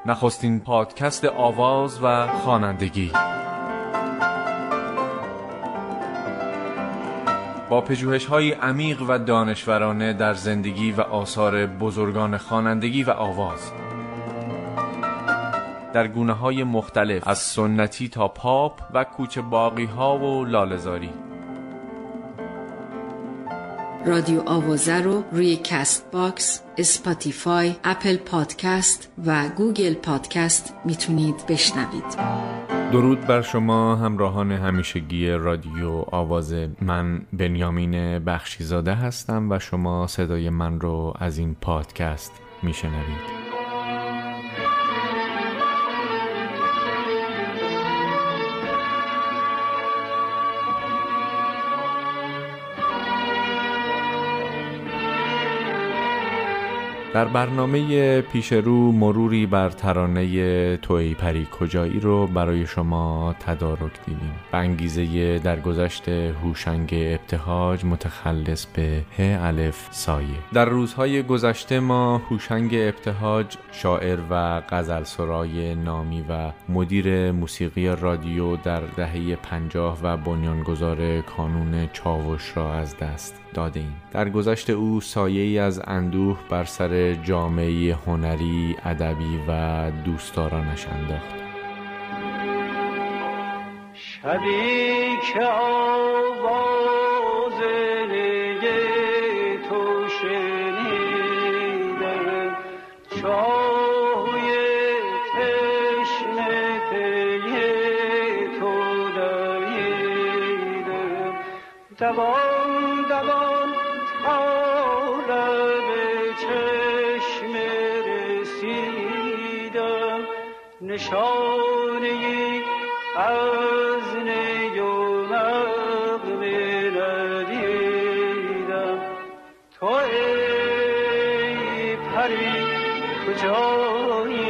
نخستین پادکست آواز و خوانندگی با پژوهش‌های عمیق و دانشورانه در زندگی و آثار بزرگان خوانندگی و آواز در گونه‌های مختلف، از سنتی تا پاپ و کوچه باقی‌ها و لاله‌زاری. رادیو آوازه رو روی کست باکس، اسپاتیفای، اپل پادکست و گوگل پادکست میتونید بشنوید. درود بر شما همراهان همیشگی رادیو آوازه. من بنیامین بخشیزاده هستم و شما صدای من رو از این پادکست میشنوید. در برنامه پیشرو مروری بر ترانه تو ای پری کجایی رو برای شما تدارک دیدیم به انگیزه درگذشت هوشنگ ابتهاج متخلص به ه الف سایه. در روزهای گذشته ما هوشنگ ابتهاج، شاعر و غزلسرای نامی و مدیر موسیقی رادیو در دهه 50 و بنیانگذار کانون چاوش را از دست دادیم. در گذشت او سایه‌ای از اندوه بر سر جامعه هنری، ادبی و دوستدارانش انداخت. شبی که آواز نگ تو شنیدم، چاهوی تشنه پی تو دویدم، دوان دوان تا لب چشم رسیدم، نشانه‌ای از نی و نغمه ندیدم. تو ای پری کجایی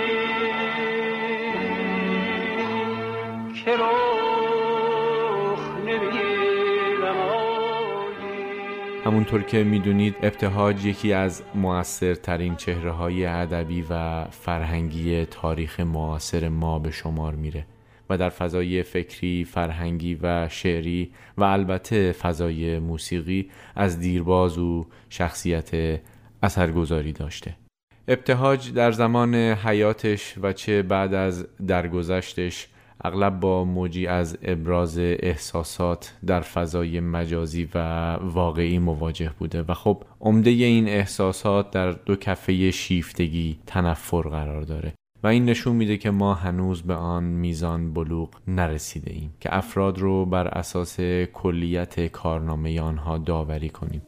که رخ نبینم آیی. همونطور که میدونید ابتهاج یکی از مؤثرترین چهره‌های ادبی و فرهنگی تاریخ معاصر ما به شمار میره و در فضای فکری، فرهنگی و شعری و البته فضای موسیقی از دیرباز او شخصیت اثرگذاری داشته. ابتهاج در زمان حیاتش و چه بعد از درگذشتش اغلب با موجی از ابراز احساسات در فضای مجازی و واقعی مواجه بوده و خب عمده این احساسات در دو کفه شیفتگی تنفر قرار داره و این نشون میده که ما هنوز به آن میزان بلوغ نرسیده ایم که افراد رو بر اساس کلیت کارنامه آنها داوری کنیم.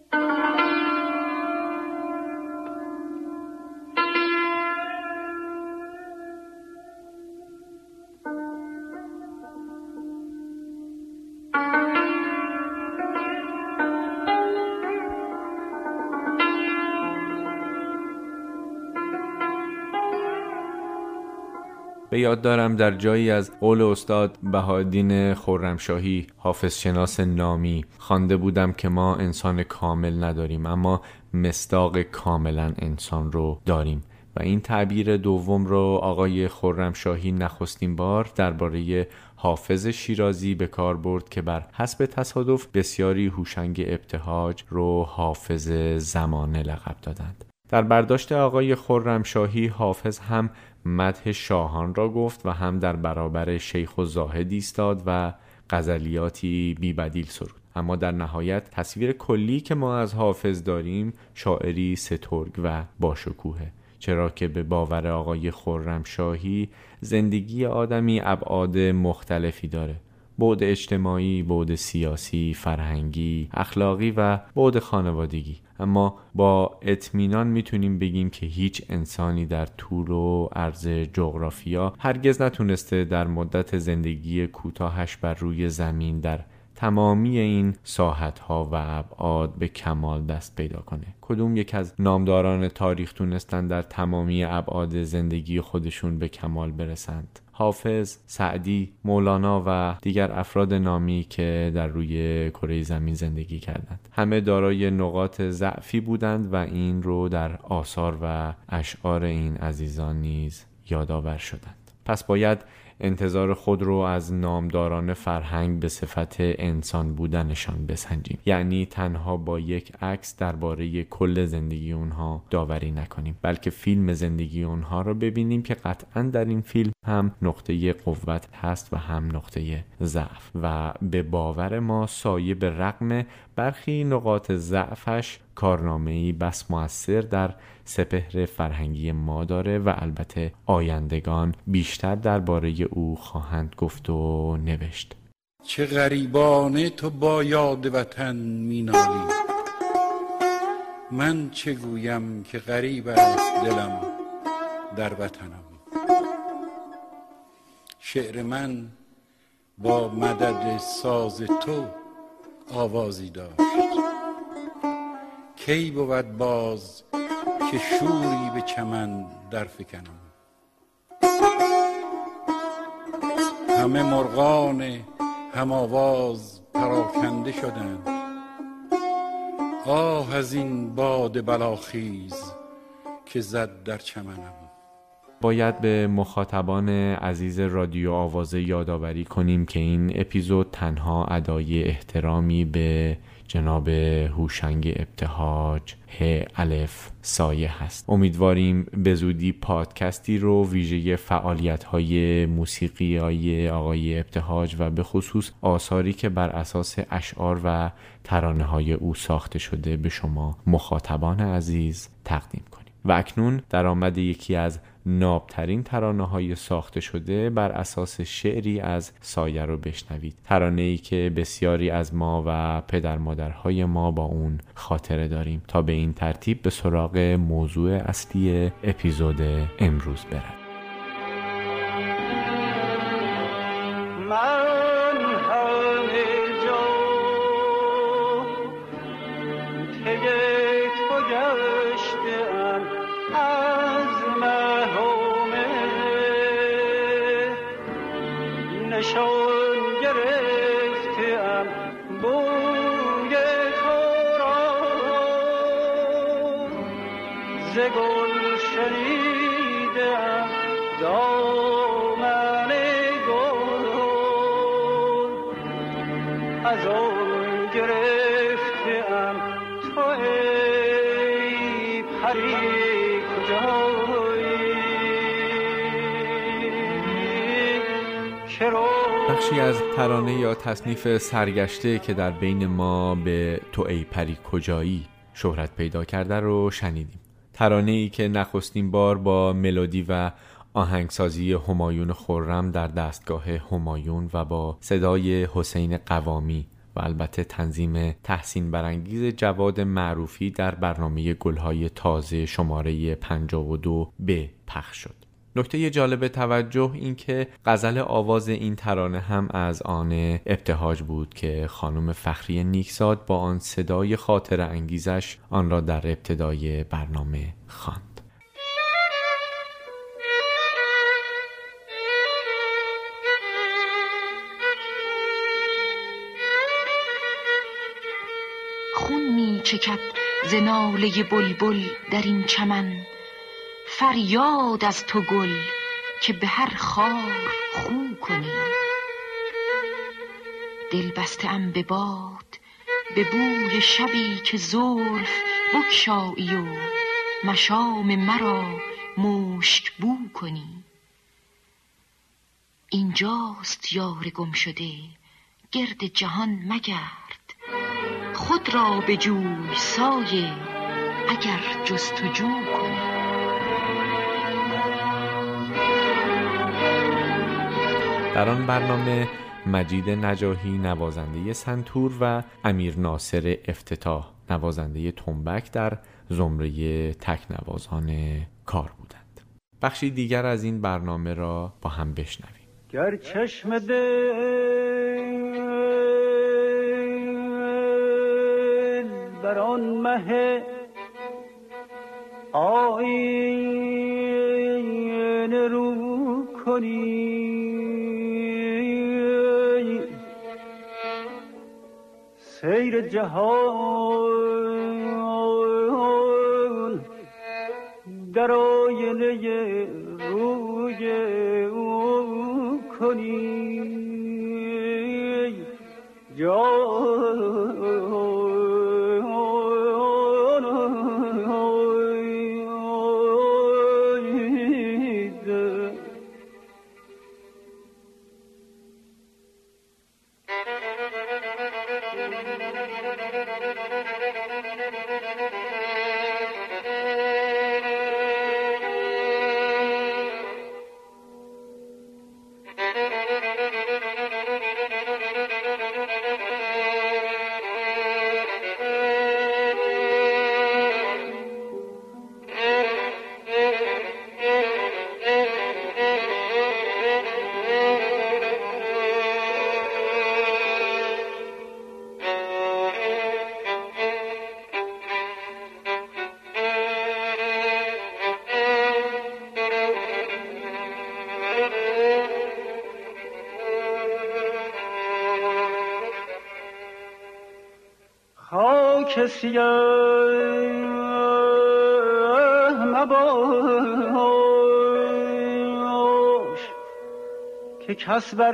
به یاد دارم در جایی از قول استاد بهاءالدین خرمشاهی، حافظ شناس نامی، خوانده بودم که ما انسان کامل نداریم اما مصداق کاملا انسان رو داریم و این تعبیر دوم رو آقای خرمشاهی نخستین بار درباره حافظ شیرازی به کار برد که بر حسب تصادف بسیاری هوشنگ ابتهاج رو حافظ زمانه لقب دادند. در برداشت آقای خرمشاهی حافظ هم مدح شاهان را گفت و هم در برابر شیخ و زاهد ایستاد و غزلیاتی بی‌بدیل سرود. اما در نهایت تصویر کلی که ما از حافظ داریم شاعری سترگ و باشکوهه، چرا که به باور آقای خرمشاهی زندگی آدمی ابعاد مختلفی داره: بعد اجتماعی، بعد سیاسی، فرهنگی، اخلاقی و بعد خانوادگی. اما با اطمینان میتونیم بگیم که هیچ انسانی در طول و عرض جغرافیا هرگز نتونسته در مدت زندگی کوتاهش بر روی زمین در تمامی این ساحت‌ها و ابعاد به کمال دست پیدا کنه. کدوم یک از نامداران تاریخ تونستن در تمامی ابعاد زندگی خودشون به کمال برسند؟ حافظ، سعدی، مولانا و دیگر افراد نامی که در روی کره زمین زندگی کردند. همه دارای نقاط ضعفی بودند و این رو در آثار و اشعار این عزیزان نیز یادآور شدند. پس باید انتظار خود رو از نامداران فرهنگ به صفت انسان بودنشان بسنجیم، یعنی تنها با یک عکس درباره کل زندگی اونها داوری نکنیم، بلکه فیلم زندگی اونها رو ببینیم که قطعاً در این فیلم هم نقطه قوت هست و هم نقطه ضعف و به باور ما سایه به رغم برخی نقاط ضعفش کارنامه‌ای بس مؤثر در سپهر فرهنگی ما داره و البته آیندگان بیشتر درباره او خواهند گفت و نوشت. چه غریبانه تو با یاد وطن مینالی، من چه گویم که غریب است دلم در وطنم. شعر من با مدد ساز تو آوازی داشت، کی بود باز که شوری به چمن در فکنم. همه مرغان هم آواز پراکنده شدند، آه از این باد بلاخیز که زد در چمنم. باید به مخاطبان عزیز رادیو آوازه یادآوری کنیم که این اپیزود تنها ادای احترامی به جناب هوشنگ ابتهاج ه الف سایه هست. امیدواریم به زودی پادکستی رو ویژه فعالیت‌های موسیقیایی آقای ابتهاج و به خصوص آثاری که بر اساس اشعار و ترانه‌های او ساخته شده به شما مخاطبان عزیز تقدیم کنیم. و اکنون درآمد یکی از نابترین ترانه‌های ساخته شده بر اساس شعری از سایه رو بشنوید. ترانه‌ای که بسیاری از ما و پدر مادرهای ما با اون خاطره داریم، تا به این ترتیب به سراغ موضوع اصلی اپیزود امروز برد. بخشی از ترانه یا تصنیف سرگشته که در بین ما به تو ای پری کجایی شهرت پیدا کرده رو شنیدیم. ترانه‌ای که نخستین بار با ملودی و آهنگسازی همایون خرم در دستگاه همایون و با صدای حسین قوامی و البته تنظیم تحسین برانگیز جواد معروفی در برنامه گلهای تازه شماره 52 به پخش شد. نکته جالب توجه این که غزل آواز این ترانه هم از آن ابتهاج بود که خانم فخری نیکزاد با آن صدای خاطر انگیزش آن را در ابتدای برنامه خواند. خون می چکد ز ناله بلبل در این چمن، فریاد از تو گل که به هر خار خو کنی. دل بسته ام به باد به بوی شبی که زلف بگشایی و مشام مرا مشک بو کنی. اینجاست یار گم شده گرد جهان مگرد، خود را به جوی سایه اگر جستجو کنی. در آن برنامه مجید نجاحی نوازنده سنتور و امیر ناصر افتتاح نوازنده تنبک در زمره تک نوازان کار بودند. بخشی دیگر از این برنامه را با هم بشنویم. گر چشم دل بر آن مه آینه رو کنی، سیر جهان در آینه روی او کنی خاک سیاه مباش که کس بر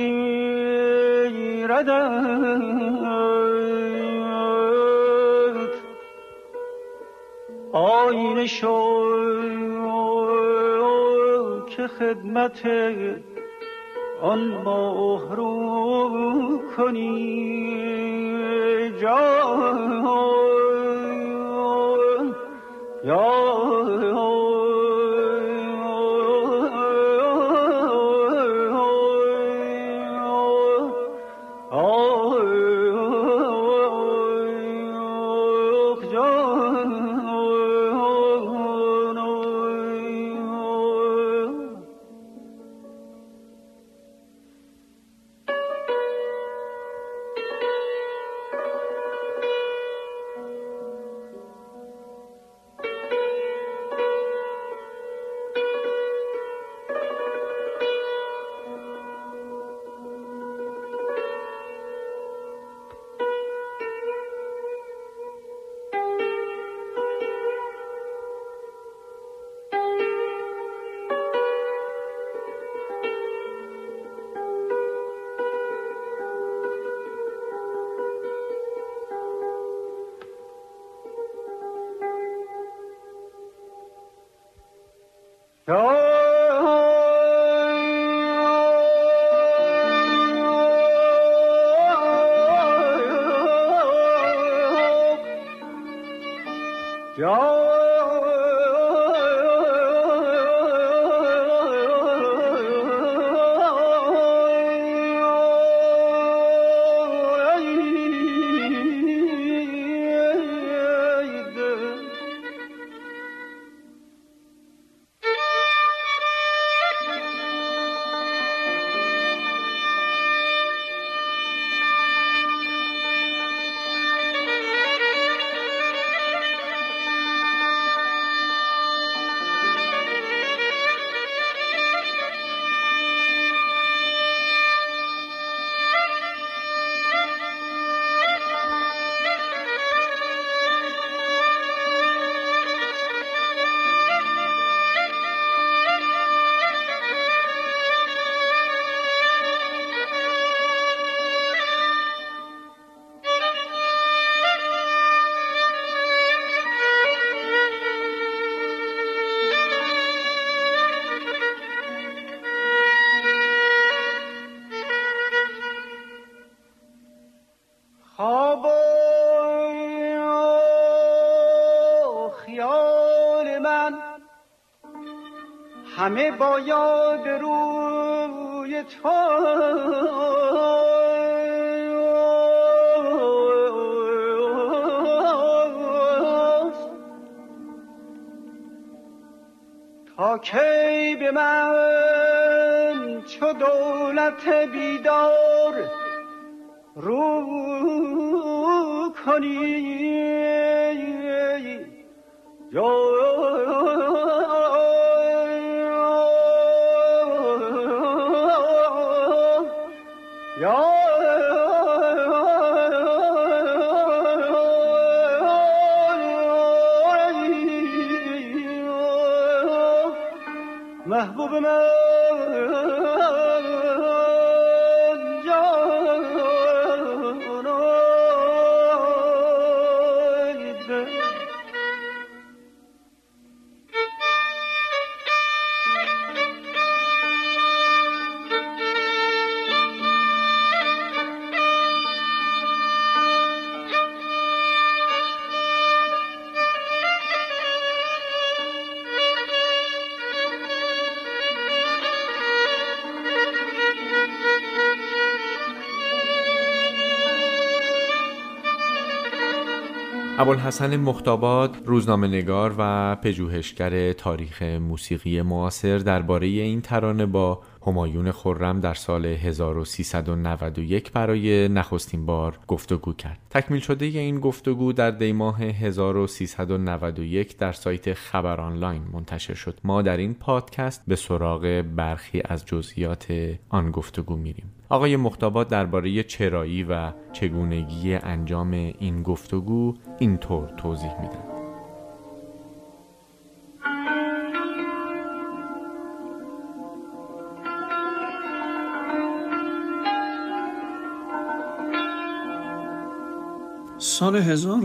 نگیردت آینه شو که خدمت آن ماه رو کنی همه با یاد روی تو تا کی به من چو دولت بیدار رو کنی محبوب من ابوالحسن مختاباد، روزنامه‌نگار و پژوهشگر تاریخ موسیقی معاصر، درباره این ترانه با همایون خرم در سال 1391 برای نخستین بار گفتگو کرد. تکمیل شده این گفتگو در دیماه 1391 در سایت خبر آنلاین منتشر شد. ما در این پادکست به سراغ برخی از جزئیات آن گفتگو میریم. آقای مختاباد درباره چرایی و چگونگی انجام این گفتگو اینطور توضیح میدن. سال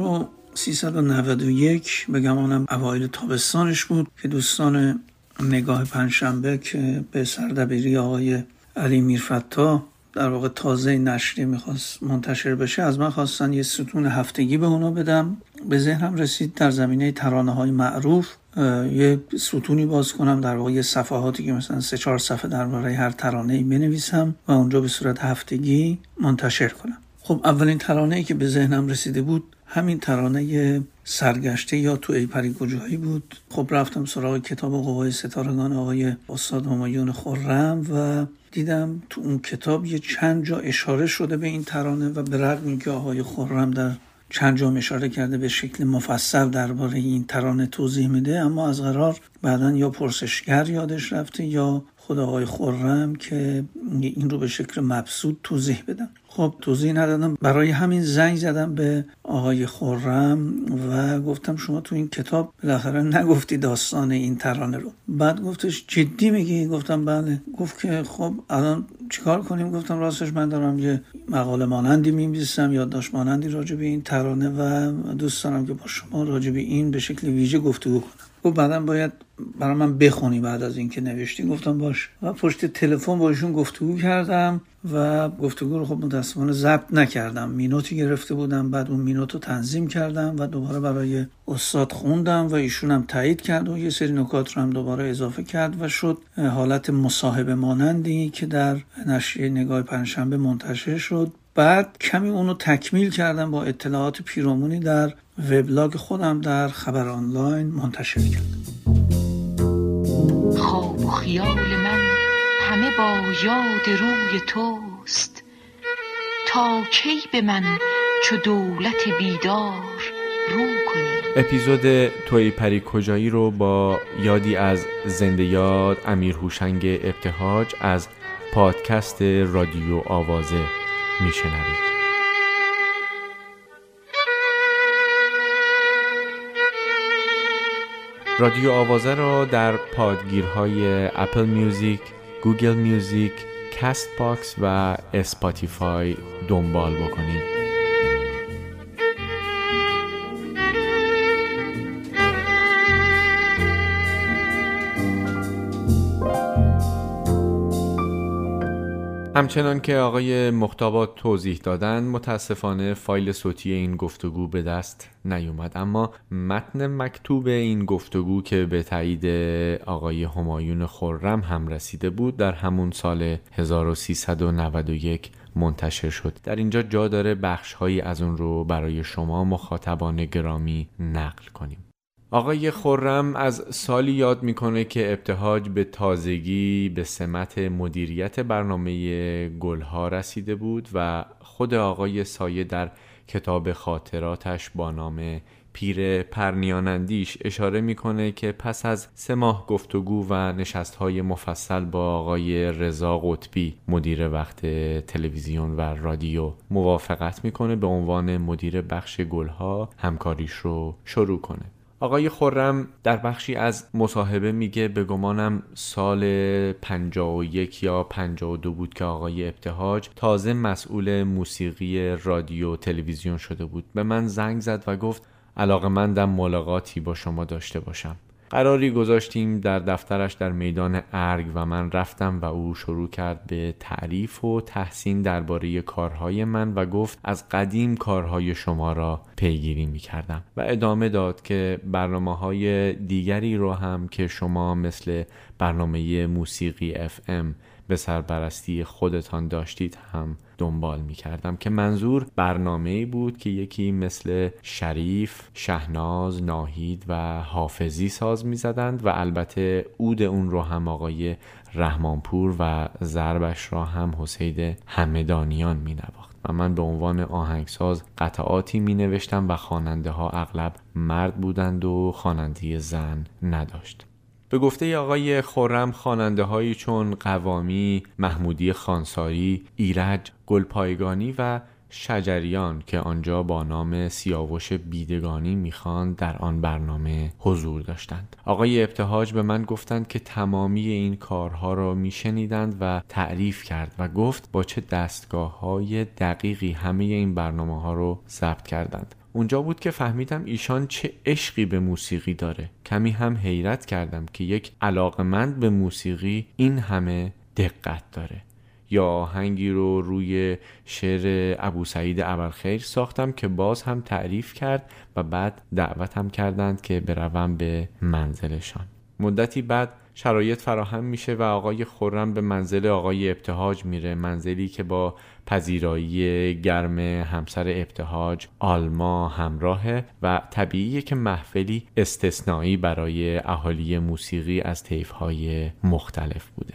1391 به گمانم اوایل تابستانش بود که دوستان نگاه پنجشنبه که به سردبیری آقای علی میرفتاح در واقع تازه نشریه میخواست منتشر بشه از من خواستن یه ستون هفتگی به اونا بدم. به ذهنم رسید در زمینه ترانه های معروف یه ستونی باز کنم، در واقع یه صفحاتی که مثلا 3-4 صفحه درباره هر ترانه‌ای بنویسم و اونجا به صورت هفتگی منتشر کنم. خب اولین ترانه‌ای که به ذهنم رسیده بود همین ترانه سرگشته یا تو ای پری کجایی بود. خب رفتم سراغ کتاب قوای ستارگان آقای استاد همایون خرم و دیدم تو اون کتاب یه چند جا اشاره شده به این ترانه و به رغم اینکه آقای خرم در چند جا اشاره کرده به شکل مفصل درباره این ترانه توضیح میده، اما از قرار بعدن یا پرسشگر یادش رفته یا خود آقای خرم که این رو به شکل مبسوط توضیح بدن. خب توضیح ندادم، برای همین زنگ زدم به آقای خرم و گفتم شما تو این کتاب بالاخره نگفتی داستان این ترانه رو. بعد گفتش جدی میگی؟ گفتم بله. گفت که خب الان چیکار کنیم؟ گفتم راستش من دارم یه مقاله مانندی می‌نویسم، یادداشت مانندی راجع به این ترانه و دوست دارم که با شما راجع به این به شکل ویژه گفتگو کنم. گفت بعداً باید برای من بخونی بعد از این که نوشتی. گفتم باش و پشت تلفن با ایشون گفتگو کردم و گفتگو رو خب متأسفانه ضبط نکردم، مینوتی گرفته بودم، بعد اون مینوت رو تنظیم کردم و دوباره برای استاد خوندم و ایشون هم تایید کرد و یه سری نکات رو هم دوباره اضافه کرد و شد حالت مصاحبه مانندی که در نشریه نگاه پنجشنبه منتشر شد. بعد کمی اونو تکمیل کردم با اطلاعات پیرامونی در وبلاگ خودم در خبر آنلاین منتشر کردم. خواب و خیال من همه با یاد روی توست، تا کی به من چو دولت بیدار رو کنی. اپیزود تو ای پری کجایی رو با یادی از زنده یاد امیر هوشنگ ابتهاج از پادکست رادیو آوازه میشنوید. رادیو آوازه را در پادگیرهای اپل میوزیک، گوگل میوزیک، کست باکس و اسپاتیفای دنبال بکنید. همچنان که آقای مختاباد توضیح دادن متاسفانه فایل صوتی این گفتگو به دست نیومد، اما متن مکتوب این گفتگو که به تایید آقای همایون خرم هم رسیده بود در همون سال 1391 منتشر شد. در اینجا جا داره بخش‌هایی از اون رو برای شما مخاطبان گرامی نقل کنیم. آقای خرم از سالی یاد میکنه که ابتهاج به تازگی به سمت مدیریت برنامه گلها رسیده بود و خود آقای سایه در کتاب خاطراتش با نام پیر پرنیانندیش اشاره میکنه که پس از 3 ماه گفتگو و نشستهای مفصل با آقای رضا قطبی مدیر وقت تلویزیون و رادیو موافقت میکنه به عنوان مدیر بخش گلها همکاریش رو شروع کنه. آقای خرم در بخشی از مصاحبه میگه به گمانم سال 51 یا 52 بود که آقای ابتهاج تازه مسئول موسیقی رادیو تلویزیون شده بود. به من زنگ زد و گفت علاقه‌مندم ملاقاتی با شما داشته باشم. قراری گذاشتیم در دفترش در میدان ارگ و من رفتم و او شروع کرد به تعریف و تحسین درباره کارهای من و گفت از قدیم کارهای شما را پیگیری می کردم و ادامه داد که برنامه‌های دیگری رو هم که شما مثل برنامه موسیقی FM به سرپرستی خودتان داشتید هم دنبال می کردم که منظور برنامه‌ای بود که یکی مثل شریف، شهناز، ناهید و حافظی ساز می زدند و البته عود اون رو هم آقای رحمانپور و ضربش را هم حسین همدانیان می نواخت و من به عنوان آهنگساز قطعاتی می نوشتم و خواننده ها اغلب مرد بودند و خواننده زن نداشت. به گفته آقای خرم خواننده هایی چون قوامی، محمودی خانساری، ایرج، گلپایگانی و شجریان که آنجا با نام سیاوش بیدگانی میخواند در آن برنامه حضور داشتند. آقای ابتهاج به من گفتند که تمامی این کارها را میشنیدند و تعریف کرد و گفت با چه دستگاه‌های دقیقی همه این برنامه‌ها رو ضبط کردند. اونجا بود که فهمیدم ایشان چه عشقی به موسیقی داره. کمی هم حیرت کردم که یک علاقمند به موسیقی این همه دقت داره. یا آهنگی رو روی شعر ابوسعید ابوالخیر ساختم که باز هم تعریف کرد و بعد دعوت هم کردند که بروم به منزلشان. مدتی بعد شرایط فراهم میشه و آقای خرم به منزل آقای ابتهاج میره، منزلی که با پذیرایی گرم همسر ابتهاج آلما همراهه و طبیعیه که محفلی استثنایی برای اهالی موسیقی از طیف‌های مختلف بوده.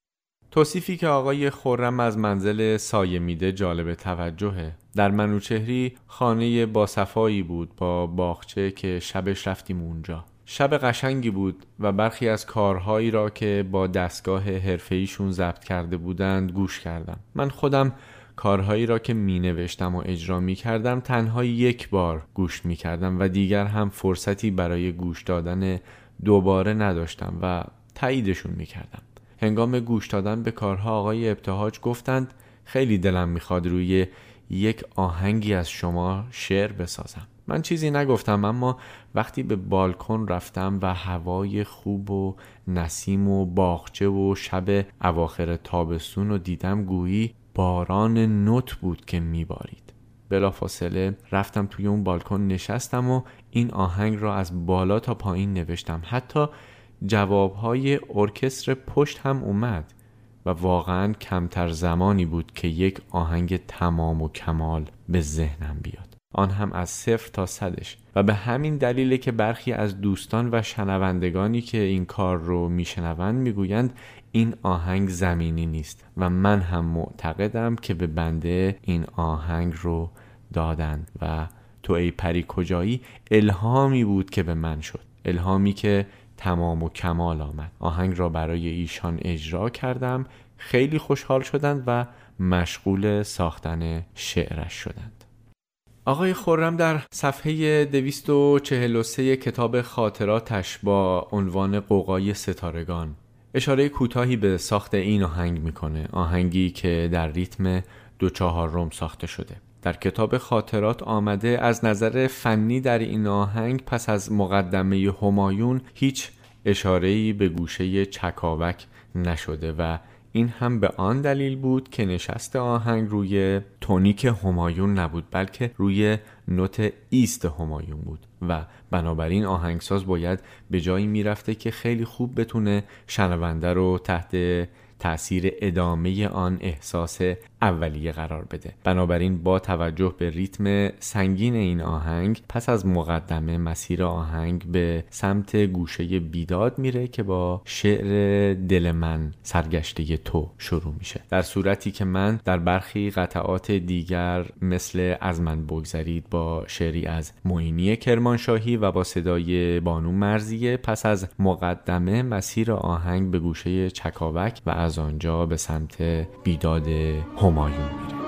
توصیفی که آقای خرم از منزل سایه میده جالب توجهه. در منوچهری خانه با صفایی بود با باغچه که شبش رفتیم اونجا. شب قشنگی بود و برخی از کارهایی را که با دستگاه حرفه‌ایشون ضبط کرده بودند گوش کردم. من خودم کارهایی را که می نوشتم و اجرا می کردم تنها یک بار گوش می کردم و دیگر هم فرصتی برای گوش دادن دوباره نداشتم و تاییدشون می کردم. هنگام گوش دادن به کارها آقای ابتهاج گفتند خیلی دلم میخواد روی یک آهنگی از شما شعر بسازم. من چیزی نگفتم، اما وقتی به بالکن رفتم و هوای خوب و نسیم و باغچه و شب اواخر تابستون رو دیدم گویی باران نوت بود که میبارید. بلافاصله رفتم توی اون بالکن نشستم و این آهنگ را از بالا تا پایین نوشتم. حتی جوابهای ارکستر پشت هم اومد و واقعا کمتر زمانی بود که یک آهنگ تمام و کمال به ذهنم بیاد، آن هم از 0 تا 100ش. و به همین دلیله که برخی از دوستان و شنوندگانی که این کار رو میشنوند میگویند این آهنگ زمینی نیست و من هم معتقدم که به بنده این آهنگ رو دادند و تو ای پری کجایی الهامی بود که به من شد، الهامی که تمام و کمال آمد. آهنگ را برای ایشان اجرا کردم، خیلی خوشحال شدند و مشغول ساختن شعرش شدند. آقای خرم در صفحه 243 کتاب خاطراتش با عنوان غوغای ستارگان اشاره کوتاهی به ساخت این آهنگ میکنه، آهنگی که در ریتم 2/4 ساخته شده. در کتاب خاطرات آمده از نظر فنی در این آهنگ پس از مقدمه همایون هیچ اشاره‌ای به گوشه چکاوک نشده و این هم به آن دلیل بود که نشست آهنگ روی تونیک همایون نبود بلکه روی نوت ایست همایون بود و بنابراین آهنگساز باید به جایی میرفته که خیلی خوب بتونه شنونده رو تحت تأثیر ادامه آن احساس اولیه قرار بده. بنابراین با توجه به ریتم سنگین این آهنگ پس از مقدمه مسیر آهنگ به سمت گوشه بیداد میره که با شعر دل من سرگشته تو شروع میشه، در صورتی که من در برخی قطعات دیگر مثل از من بگذرید با شعری از معینی کرمانشاهی و با صدای بانو مرزیه پس از مقدمه مسیر آهنگ به گوشه چکاوک و از آنجا به سمت بیداد همایون میره.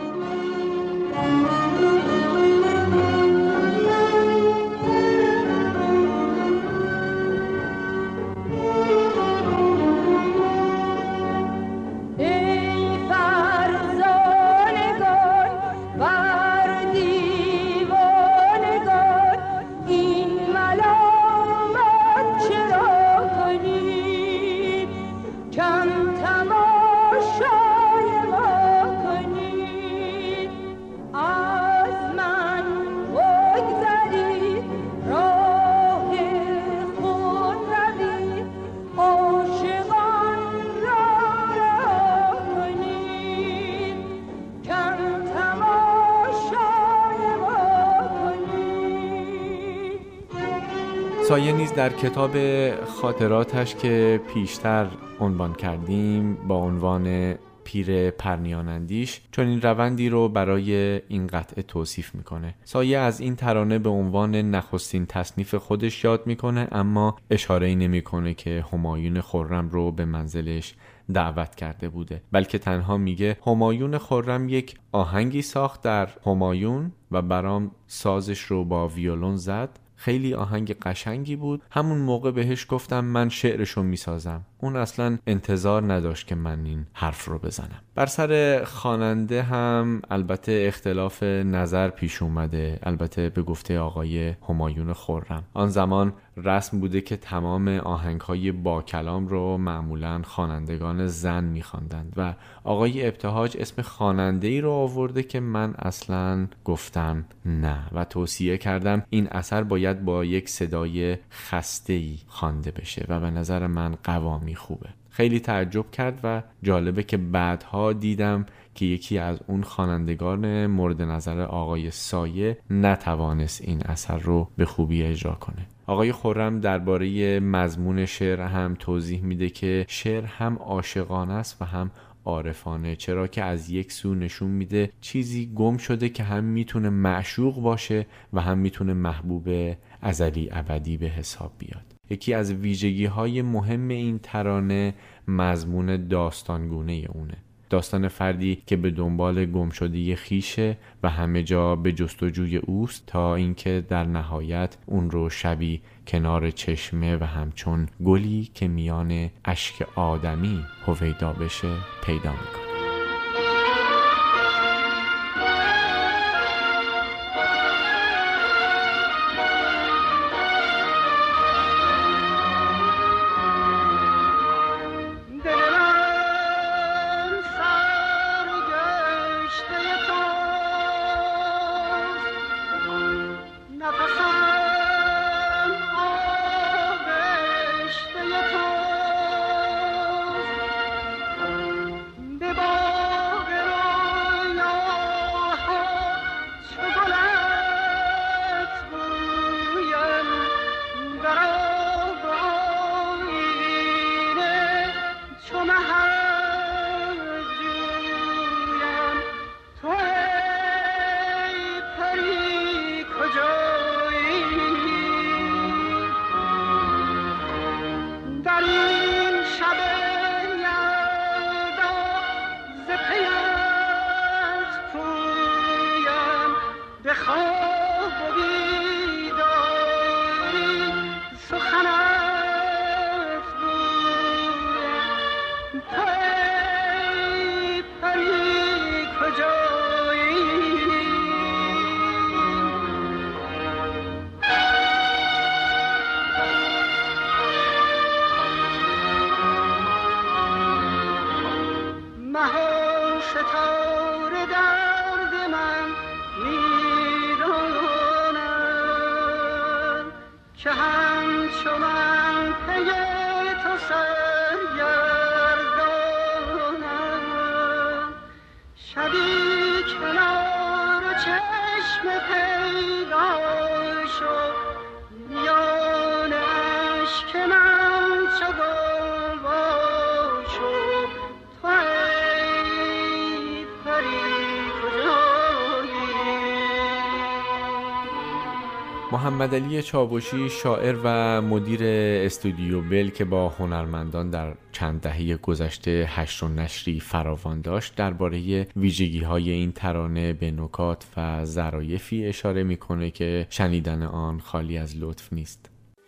سایه نیز در کتاب خاطراتش که پیشتر عنوان کردیم با عنوان پیر پرنیان اندیش چون این روندی رو برای این قطعه توصیف میکنه. سایه از این ترانه به عنوان نخستین تصنیف خودش یاد میکنه، اما اشاره‌ای نمیکنه که همایون خرم رو به منزلش دعوت کرده بوده، بلکه تنها میگه همایون خرم یک آهنگی ساخت در همایون و برام سازش رو با ویولون زد. خیلی آهنگ قشنگی بود. همون موقع بهش گفتم من شعرشو میسازم. اون اصلا انتظار نداشت که من این حرف رو بزنم. بر سر خواننده هم البته اختلاف نظر پیش اومده، البته به گفته آقای همایون خرم. آن زمان رسم بوده که تمام آهنگ‌های با کلام رو معمولاً خوانندگان زن می‌خواندند و آقای ابتهاج اسم خواننده‌ای رو آورده که من اصلاً گفتم نه و توصیه کردم این اثر باید با یک صدای خسته‌ای خوانده بشه و به نظر من قوامی خوبه. خیلی تعجب کرد و جالبه که بعدها دیدم که یکی از اون خوانندگان مورد نظر آقای سایه نتوانست این اثر رو به خوبی اجرا کنه. آقای خرم درباره مضمون شعر هم توضیح میده که شعر هم عاشقانه است و هم عارفانه، چرا که از یک سو نشون میده چیزی گم شده که هم میتونه معشوق باشه و هم میتونه محبوب ازلی ابدی به حساب بیاد. یکی از ویژگی‌های مهم این ترانه مضمون داستانگونه اونه. داستان فردی که به دنبال گمشدگی خویشه و همه جا به جستجوی اوست تا اینکه در نهایت اون رو شبی کنار چشمه و همچون گلی که میان اشک آدمی هویدا بشه پیدا میکنه. محمد علی چاوشی شاعر و مدیر استودیو بل که با هنرمندان در چند دهه گذشته حشر و نشری فراوان داشت درباره ویژگی‌های این ترانه به نکات و ظرافتی اشاره می‌کنه که شنیدن آن خالی از لطف نیست.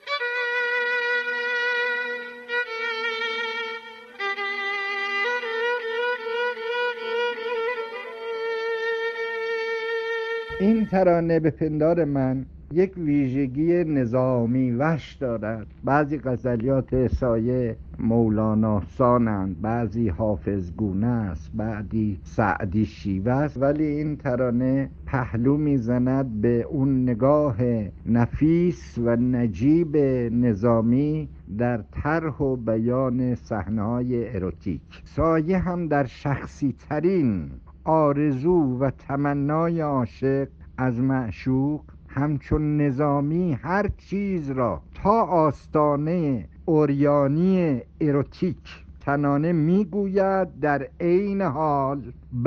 این ترانه به پندار من یک ویژگی نظامی وش دارد. بعضی غزلیات سایه مولانا سانند، بعضی حافظگونه است، بعضی سعدی شیوه است، ولی این ترانه پهلو میزند به اون نگاه نفیس و نجیب نظامی در طرح و بیان صحنه‌های اروتیک. سایه هم در شخصی ترین آرزو و تمنای عاشق از معشوق همچون نظامی هر چیز را تا آستانه اوریانی اروتیک تنانه میگوید، در عین حال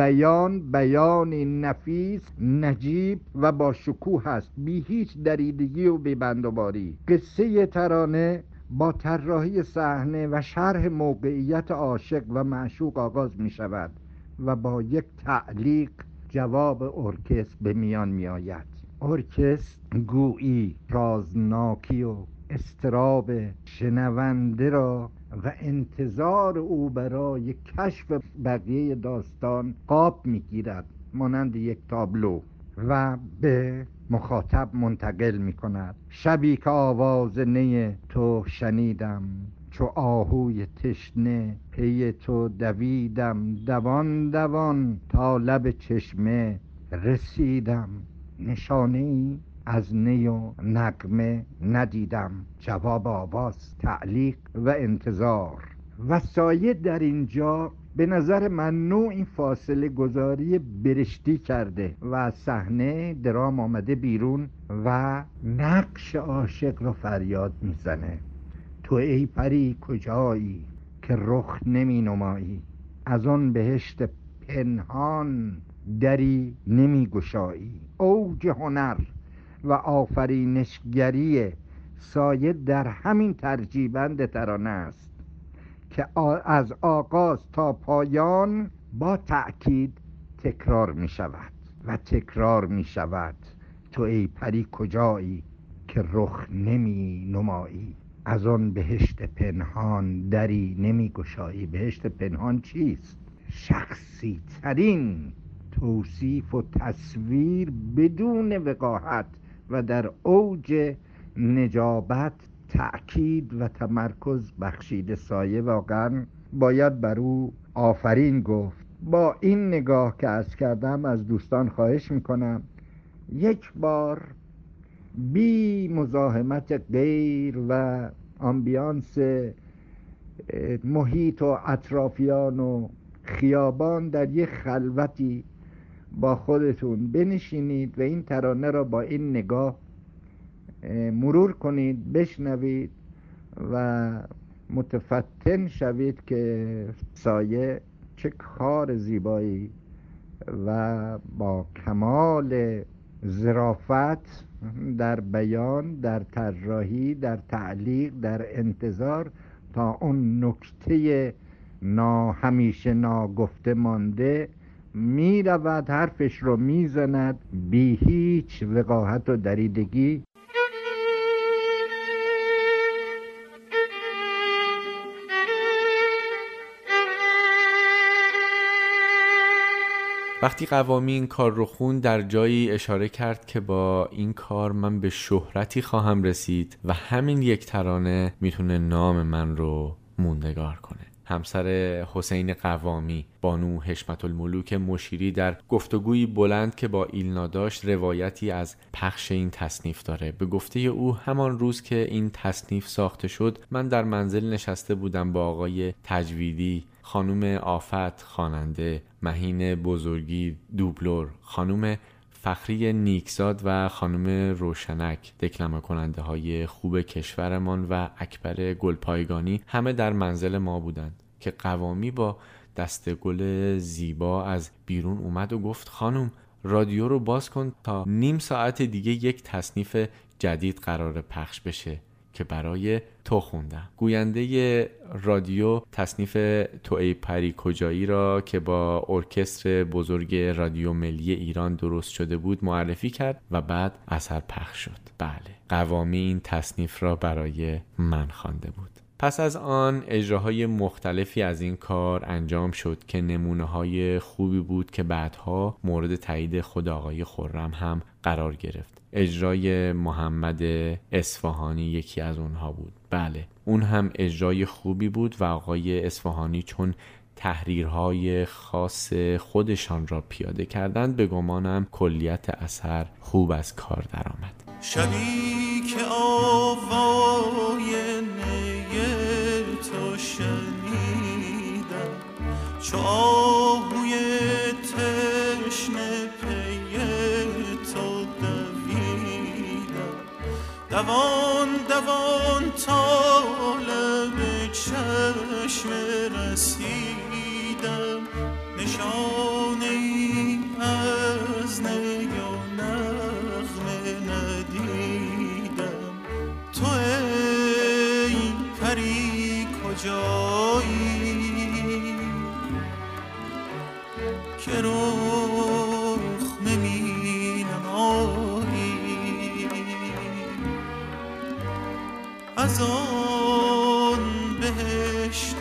بیانی نفیس، نجیب و با شکوه است، بی هیچ دریدگی و بی‌بندوباری. قصه ترانه با طراحی صحنه و شرح موقعیت عاشق و معشوق آغاز می شود و با یک تعلیق جواب ارکستر به میان می آید. ارکستر گویی رازناکی و اضطراب شنونده را و انتظار او برای کشف بقیه داستان قاب میگیرد مانند یک تابلو و به مخاطب منتقل می کند. شبی که آواز نی تو شنیدم، چو آهوی تشنه پی تو دویدم، دوان دوان تا لب چشمه رسیدم، نشانه ای از نی و نغمه ندیدم. جواب آواز، تعلیق و انتظار. و سایه در اینجا به نظر من این فاصله گذاری برشتی کرده و از صحنه درام آمده بیرون و نقش عاشق رو فریاد میزنه. تو ای پری کجایی که رخ نمی نمایی، از آن بهشت پنهان دری نمی گشایی. اوج هنر و آفرینشگری سایه در همین ترجیبند ترانه است که از آغاز تا پایان با تأکید تکرار می شود و تکرار می شود. تو ای پری کجایی که رخ نمی نمایی، از آن بهشت پنهان دری نمی گشایی. بهشت پنهان چیست؟ شخصی ترین توصیف و تصویر بدون وقاحت و در اوج نجابت تأکید و تمرکز بخشیده. سایه واقعا باید بر او آفرین گفت. با این نگاه که عرض کردم از دوستان خواهش میکنم یک بار بی مزاحمت غیر و آمبیانس محیط و اطرافیان و خیابان در یک خلوتی با خودتون بنشینید و این ترانه را با این نگاه مرور کنید، بشنوید و متفتن شوید که سایه چه کار زیبایی و با کمال ظرافت در بیان، در طراحی، در تعلیق، در انتظار تا اون نکته همیشه ناگفته مانده می رود، حرفش رو می زند بی هیچ وقاحت و دریدگی. وقتی قوامی این کار رو خوند در جایی اشاره کرد که با این کار من به شهرتی خواهم رسید و همین یک ترانه میتونه نام من رو موندگار کنه. همسر حسین قوامی، بانو حشمت الملوک مشیری، در گفتگویی بلند که با ایلنا داشت روایتی از پخش این تصنیف داره. به گفته او همان روز که این تصنیف ساخته شد من در منزل نشسته بودم با آقای تجویدی، خانم آفت خواننده، مهین بزرگی دوبلور، خانم فخری نیکزاد و خانم روشنک دکلمه کننده های خوب کشورمان و اکبر گلپایگانی همه در منزل ما بودند که قوامی با دسته گل زیبا از بیرون اومد و گفت خانم رادیو رو باز کن تا نیم ساعت دیگه یک تصنیف جدید قرار پخش بشه که برای تو خوندم. گوینده رادیو تصنیف تو ای پری کجایی را که با ارکستر بزرگ رادیو ملی ایران درست شده بود معرفی کرد و بعد اثر پخش شد. بله، قوامی این تصنیف را برای من خوانده بود. پس از آن اجراهای مختلفی از این کار انجام شد که نمونه‌های خوبی بود که بعدها مورد تایید خود آقای خرم هم قرار گرفت. اجرای محمد اصفهانی یکی از اونها بود. بله، اون هم اجرای خوبی بود و آقای اصفهانی چون تحریرهای خاص خودشان را پیاده کردند به گمانم کلیت اثر خوب از کار درآمد. شبی که آوای نی تو شنیدم، چو آهوی تشنه پی تو دویدم، دوان دوان طالب چشم رسیدم، نشانه ای از نی و نغمه ندیدم. تو ای پری کجایی که رخ نمی نمایی، از آن بهشت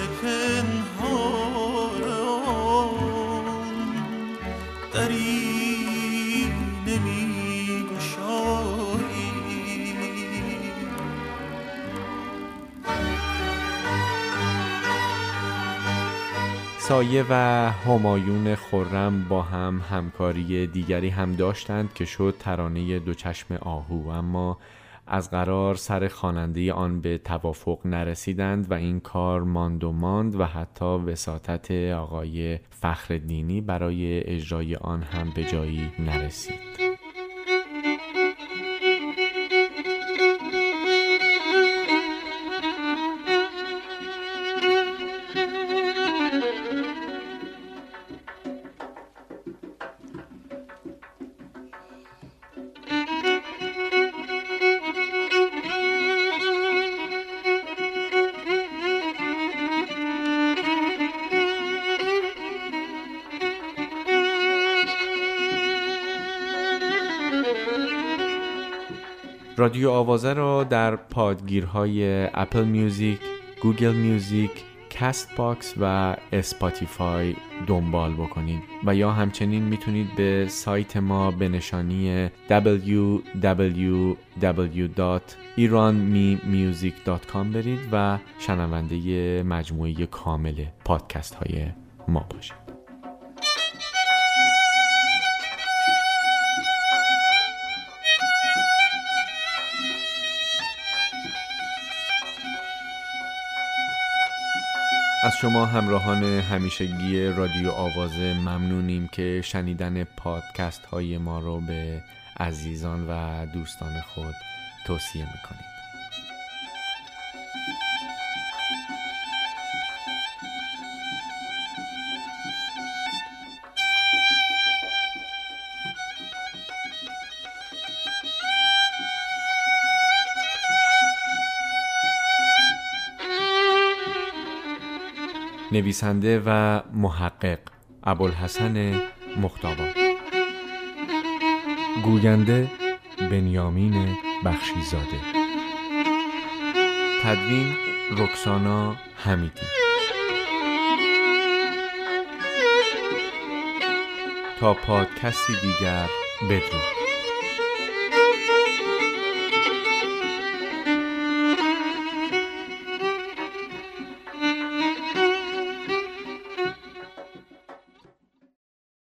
پنهان دری نمی گشایی. سایه و همایون خرم با هم همکاری دیگری هم داشتند که شد ترانه دو چشم آهو، اما از قرار سر خواننده آن به توافق نرسیدند و این کار ماند و حتی وساطت آقای فخرالدینی برای اجرای آن هم به جایی نرسید. رادیو آوازه را در پادگیرهای اپل میوزیک، گوگل میوزیک، کست باکس و اسپاتیفای دنبال بکنید و یا همچنین میتونید به سایت ما به نشانی www.iranmemusic.com برید و شنونده مجموعه کامل پادکست های ما باشید. از شما همراهان همیشگی رادیو آوازه ممنونیم که شنیدن پادکست های ما رو به عزیزان و دوستان خود توصیه میکنید. نویسنده و محقق ابوالحسن مختاباد، گوینده بنیامین بخشیزاده، تدوین رکسانا حمیدی. تا پادکستی دیگر بدرود.